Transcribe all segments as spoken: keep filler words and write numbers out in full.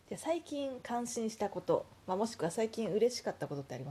じゃあ最近感心したこと、まあ、もしくは最近嬉しかったことってあります？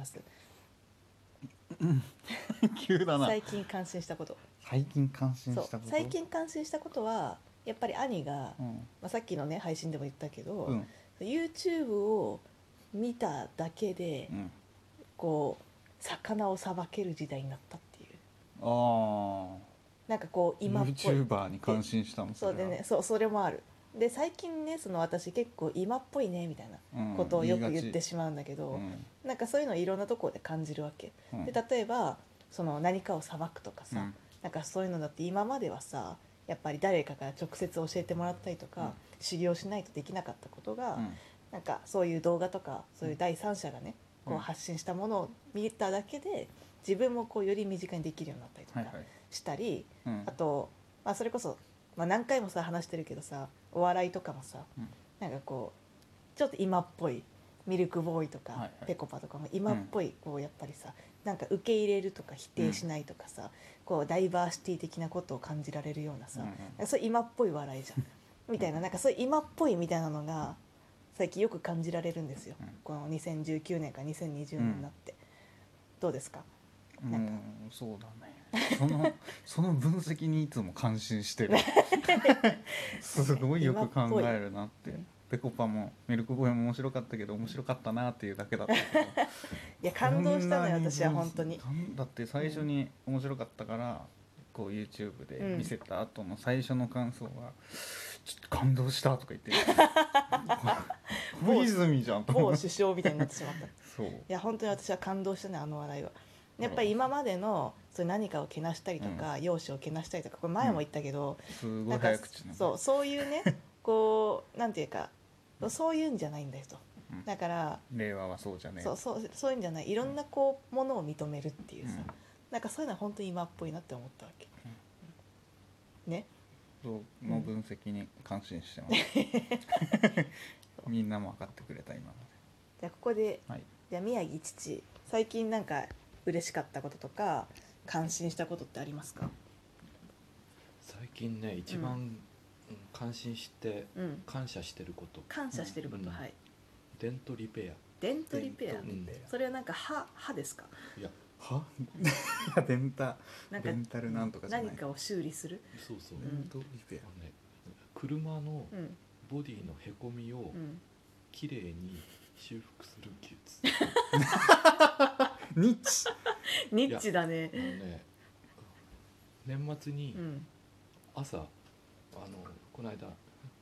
急だな。 最近感心したこと。 最近感心そうしたこと。 最近感心したことはやっぱり兄が、 うんまあ、さっきのね配信でも言ったけど、 うん YouTube を見ただけでうんこう魚をさばける時代になったっていう、 あなんかこうあ今っぽい YouTuber に感心したのそうでね、そうそれもある。で最近ねその私結構今っぽいねみたいなことをよく言ってしまうんだけど、 うんなんかそういうのをいろんなところで感じるわけ、 うんで例えばその何かをさばくとかさ、 うんなんかそういうのだって今まではさやっぱり誰かから直接教えてもらったりとか、 うん修行しないとできなかったことが、 うんなんかそういう動画とかそういう第三者がね、 うんこう発信したものを見ただけで自分もこうより身近にできるようになったりとかはいはいしたり、 うんあと、まあ、それこそ、まあ、何回もさ話してるけどさお笑いとかもさ、 うんなんかこうちょっと今っぽいミルクボーイとか、 はいはいぺこぱとかも今っぽいこうやっぱりさなんか受け入れるとか否定しないとかさ、こうダイバーシティ的なことを感じられるようなさ、 うんうんなんかそういう今っぽい笑いじゃんみたいな、なんかそういう今っぽいみたいなのが最近よく感じられるんですよ、 うんこのにせんじゅうきゅうねんからにせんにじゅうねんになって、どうですか？ うんなんかそうだね。そのその分析にいつも感心してる。すごいよく考えるなって今っぽい。 ぺこぱもミルクボーイも面白かったけど面白かったなっていうだけだったけどいや感動したのよこんなに私は本当に。 だって最初に面白かったからこう YouTube で見せた後の最初の感想はちょっと感動したとか言って小泉じゃんと思って某首相みたいになってしまったいそうや本当に私は感動したね、あの笑いは。やっぱり今までのそういう何かをけなしたりとか、容姿をけなしたりとか、これ前も言ったけど、 すごないんか早口なそうそういうねこうなんていうかそういうんじゃないんだよと、 うんだから令和はそうじゃねえそうそうそういうんじゃない、いろんなこうものを認めるっていうさ、 うんなんかそういうのは本当に今っぽいなって思ったわけ、ね。 その分析に感心してます、みんなも分かってくれた今まじゃあここで、 で、はい、 じゃあ宮城父最近なんか嬉しかったこととか感心したことってありますか？ 最近ね一番、うん感心してうん感謝してること、 感謝してること、 うんはい。 デントリペデントリペア、 デントリペアそれはなんか歯歯ですか？ アいやはいやデンタなんかデンタルなんとかじゃない何かを修理する。 そうそう、 うんデントリペあのね、車のうんボディのへこみをうんきれいに修復する技術、 アニッチニッチだねあのね年末にうん朝、あのこの間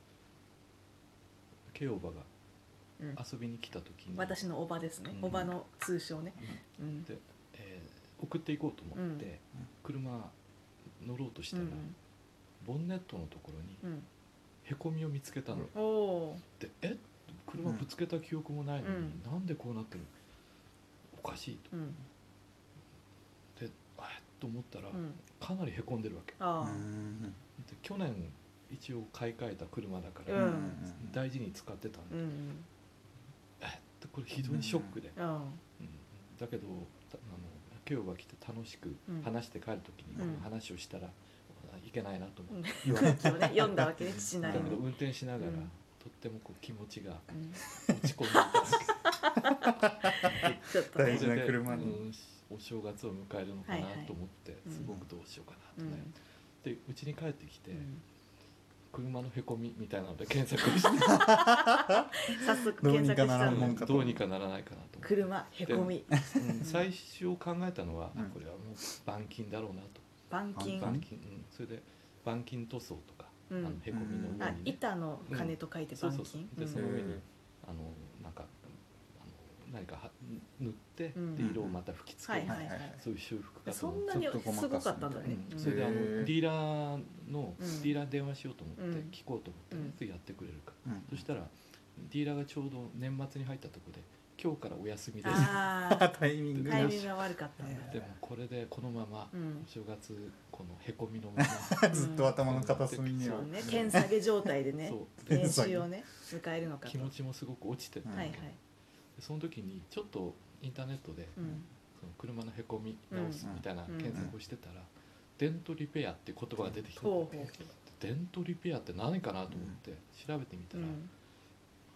ケイオバがうん遊びに来た時に、 私のおばですね、 うんおばの通称ね、うんで、えー送っていこうと思って、 うん車乗ろうとしたら、 うんボンネットのところにうんへこみを見つけたの、 おおでえ車ぶつけた記憶もないのに、 うんなんでこうなってるおかしいとー、うんであっと思ったら、 うん、 かなりへこんでるわけあで去年一応買い替えた車だかあ、 ら、 うん大事に使ってたんで、 うんえっとこれ非常にショックで、 うんうんだけどたあのケイオが来て楽しくうん話して帰る時に、 うん話をしたら、いけないなと思って、 うん空気をね読んだわけね父なりに、 だけど運転しながら、 うんとってもこう気持ちがうん落ち込んでいたわけちょっとね大事な車にうんお正月を迎えるのかなはいはいと思って、 うんすごくどうしようかなうんとね、でうちに帰ってきて、 うん車のへこみみたいなので検索して早速検索したどうにかならんものんかとどうにかならないかなと思って、 車へこみうん最初考えたのは、 うんこれはもう板金だろうなと、 板金板金、うん、それで板金塗装とか、 うんあのへこみのあ上に、ね、 板の金と書いてそう板そうそうで、 金うんその上にうんあのなんかあの何かは塗って、 うんで色をまた吹き付ける、 はいはいはいそういう修復活動そんなにちょっとごまかすすごかったんだね、 うんそれであのへーディーラーの、 うんディーラーに電話しようと思って、 うん聞こうと思って、 うんそれやってくれるか、 うんそしたらディーラーがちょうど年末に入ったところで今日からお休みです、 ああタイミングタイミングが悪かったんだ、 でもこれでこのまま、 うんお正月このへこみのままずっと頭の片隅にはそうね剣下げ状態でねそう練習をね迎えるのかと気持ちもすごく落ちてる、 うんはいはい、 でその時にちょっとインターネットで、 うんその車のへこみ直すみたいなうん検索をしてたら、デントリペアっていう言葉が出てきて、 ほうほうデントリペアって何かなと思って調べてみたら、 うんあの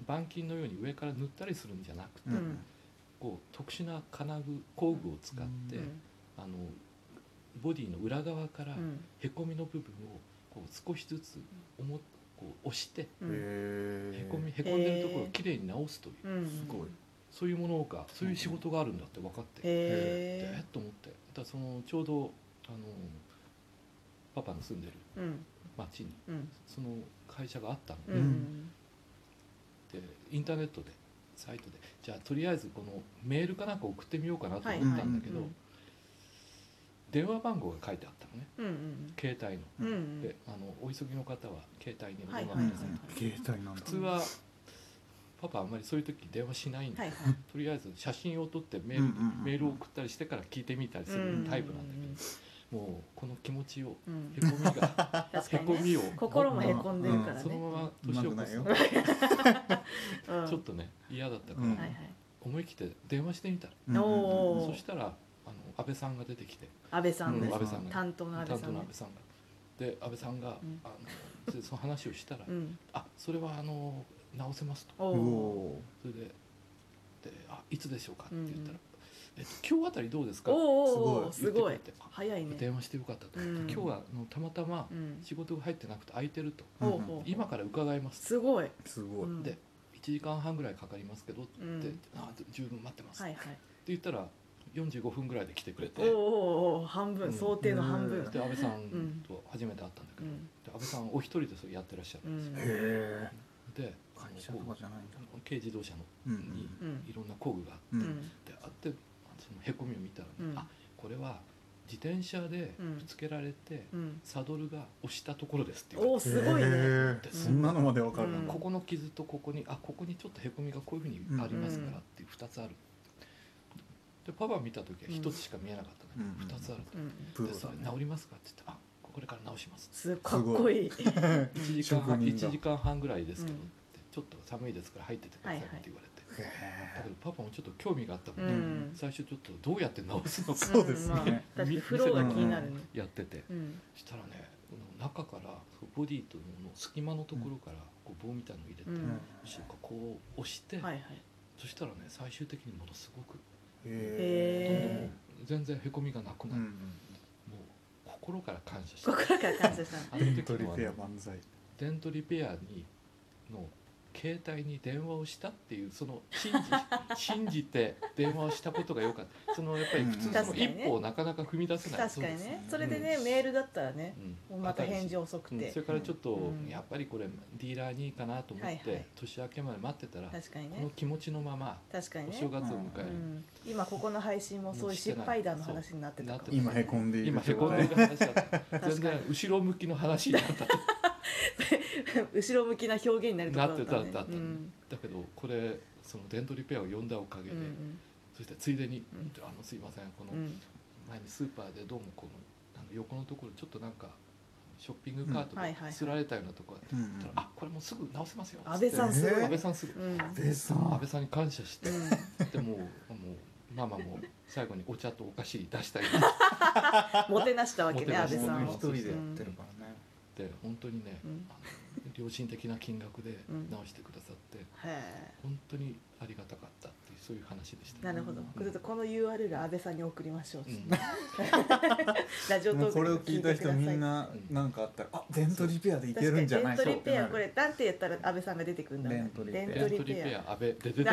板金のように上から塗ったりするんじゃなくて、 うんこう特殊な金具工具を使って、 うんあのボディの裏側からうんへこみの部分をこう少しずつ重こう押してうんへへこみへこんでるところをきれいに直すという、 うんすごい。 そういうものがそういう仕事があるんだって分かって、でへえっと思ってだからそのちょうどあのパパの住んでるえうん町にうんその会社があったのうで,、 んでインターネットでサイトでじゃあとりあえずこのメールかなんか送ってみようかなと思ったんだけど、 はいはい電話番号が書いてあったのね、 うんうん携帯の。 うんうんであのお急ぎの方は携帯にお電話はいください、 携帯なんだ。 普通はパパあんまりそういう時電話しないんで、 はいはいとりあえず写真を撮ってメール,、 うんうんうんメールを送ったりしてから聞いてみたりするタイプなんだけど、もうこの気持ちをうんへこみが確かにねへこみを心もへこんでるからそのねまま年を越すうとうんちょっとね嫌だったから、 うんはいはい思い切って電話してみたら、 うんうんうんおーそしたらあの安倍さんが出てきて、 安倍さんねうん安倍さんが担当の安倍担さんね当の安倍さんがで安倍さんが、 んあのでその話をしたら、 うんあそれはあの直せますと。 おおおおそれでであいつでしょうかって言ったら、 うんえっと、今日あたりどうですかっておおす言ってくごいれてあ早いね電話してよかったと、 うん今日はあのたまたまうん仕事が入ってなくて空いてると、 ほうほうほう今から伺いますすごいすごい。 うんでいちじかんはんぐらいかかりますけどって、 うんあ十分待ってます、ってはいはい言ったらよんじゅうごふんぐらいで来てくれて、 おーおーおー半分うん想定の半分で安倍さんんと初めて会ったんだけど、 うんで安倍さんお一人でそれやってらっしゃるうんんですよ、 へえ。 であの会社とかじゃないんだ。 こう軽自動車のうんにうんいろんな工具があって、 う。 うんんであってそのへこみを見たら、ねうんあこれは自転車でぶつけられて、 うんサドルが押したところですって言われて、 おおすごいねへえでそんなのまでわかるうんんだ。 ここの傷とここにあここにちょっとへこみがこういうふうにありますからっていうふたつある、でパパ見た時はひとつしか見えなかったね、 うんふたつあると、 うんでそプロだね。 れ治りますかって言ってあこれから直しますすかっこいいいちじかんはん職人だいちじかんはんぐらいですけど、 うんってちょっと寒いですから入っててくださいって言われて、 へだけどパパもちょっと興味があったもんね、 うん最初ちょっとどうやって直すのかそうですねんまあ確かにフローが気になるねやってて、 うんしたらね中からボディとの隙間のところからこう棒みたいのを入れて、 うんそしてこう押して、 はいはいそしたらね最終的にものすごくえ。 へ全然へこみがなくなる、 うんもう心から感謝して心から感謝したのあデンの時のあトリペアの漫才。 デントリペアにの携帯に電話をしたっていうその信じ信じて電話をしたことが良かったそのやっぱり普通その一確かにね歩をなかなか踏み出せない、 確かにねそそうですれでねメールだったらねうんもうまた返事遅くうんてそれからちょっと、 うんやっぱりこれディーラーにいいかなと思って、 はいはい年明けまで待ってたら、 確かにねこの気持ちのまま確かにねお正月を迎える、 うん今ここの配信もそういう失敗談の話になってたかもそう今へこんでいる。 今へこんでいる話だったかに全然後ろ向きの話になった後ろ向きな表現になるところだったねなってただったうんだけどこれそのデントリペアを呼んだおかげで、 うんそしてついでに、 うんあのすいませんこのうんうん前にスーパーでどうもこのあの横のところちょっとなんかショッピングカートうんはいはいはいで擦られたようなところがあって、 うんうん。 あこれもうすぐ直せますよ安倍さんすごい安倍さんすぐ、 うん安倍さん。 安倍さんに感謝して、 うんでもうもうママも最後にお茶とお菓子出したりもてなしたわけねもてなし安倍さんを一人でやってるからね。 で本当にね、 うんあの良心的な金額でうん直してくださって、 へ本当にありがたかったっていうそういう話でしたえなるほどうんちょっとこの ユーアールエル 安倍さんに送りましょううんラジオトークもうこれを聞いた人みんなななんかあったらあデントリペアでいけるんじゃないデントリペアそうこれなんて言ったら安倍さんが出てくるんだろうねデントリペアデンデントリトリペアペア安倍で出てくる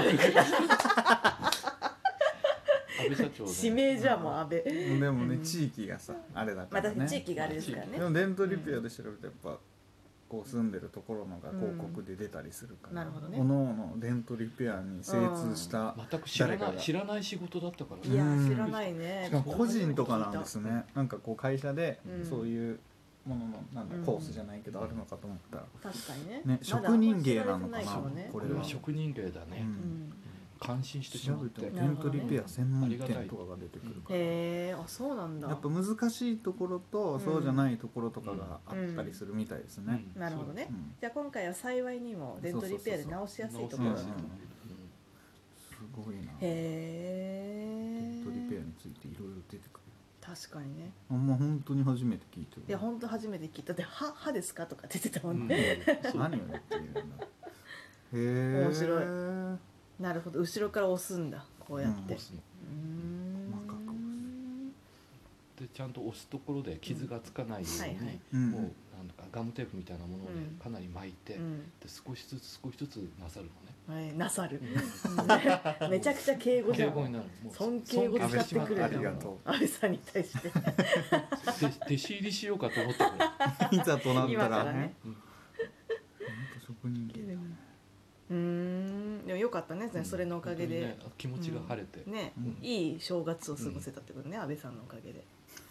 安倍社長ね指名じゃもう安倍でもねうん地域がさあれだまあからね確かに地域があれですからねでもデントリペアで調べるとやっぱこう住んでるところのが広告で出たりするから、 なるほどねおのおのデントリペアに精通した全く知ら誰かがない知らない仕事だったからいやうん知らないねしかも個人とかなんですねなんかこう会社でうんそういうもののなんだうんコースじゃないけどあるのかと思ったら、 確かにねねまだ職人芸なのかなあんまり知られていかもねこれはこれは職人芸だね、 うんうん感心してしまって調べてもデントリペア専門店とかが出てくるから、 へえあそうなんだやっぱ難しいところとそうじゃないところとかがあったりするみたいですね、 うんなるほどねうんじゃあ今回は幸いにもデントリペアで直しやすいところだねそうそうそうすごいなへえデントリペアについていろいろ出てくる確かにねあんま本当に初めて聞いてるいや本当初めて聞いたで歯歯ですかとか出てたもうんんね、 そう何を言っているんだへへえ面白いなるほど、後ろから押すんだこうやって、 押すのうーん細かく押でちゃんと押すところで傷がつかないように、 うんはいはいうんもうなんだかガムテープみたいなものをね、 うんかなり巻いて、 うんで少しずつ少しずつなさるのね。 はい、なさるうんめちゃくちゃ敬語じゃん敬語になる。もう尊敬語使ってくるありがと安倍さんに対してで弟子入りしようかと思ったから。 ういざとなった今かららねうんほんと職人芸だよねうーんでもよかったね、 うんそれのおかげで、 本当にね、気持ちが晴れて、 ね、 うんいい正月を過ごせたってことね、安倍さんのおかげで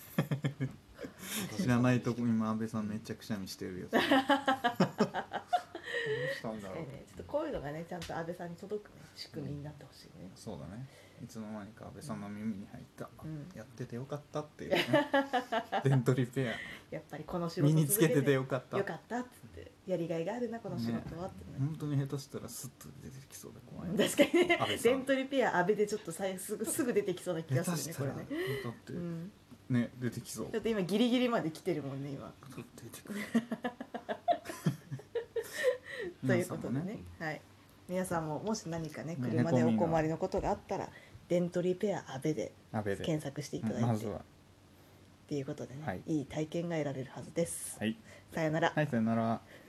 知らないとこ今安倍さんめっちゃくしゃみしてるやつどうしたんだろうね、ちょっとこういうのがねちゃんと安倍さんに届くね仕組みになってほしいね、 そうだねいつの間にか安倍さんの耳に入った、 うんやっててよかったっていうねデントリペやっぱりこの仕事ア身につけててよよかったよかったっつってやりがいがあるなこの仕事はってね本当に下手したらスッと出てきそうで怖いね確かにね安倍さんデントリペア安倍でちょっとさすぐすぐ出てきそうな気が下手したらするねこれね、 だって、 うん、 ね出てきそうだって今ギリギリまで来てるもんね今出てくるということでねはい、皆さんももし何かね車でお困りのことがあったらデントリペア安倍で安倍で検索していただいて、 まずはっていうことでね、 はいいい体験が得られるはずです、 はいさよなら、 はいさよなら。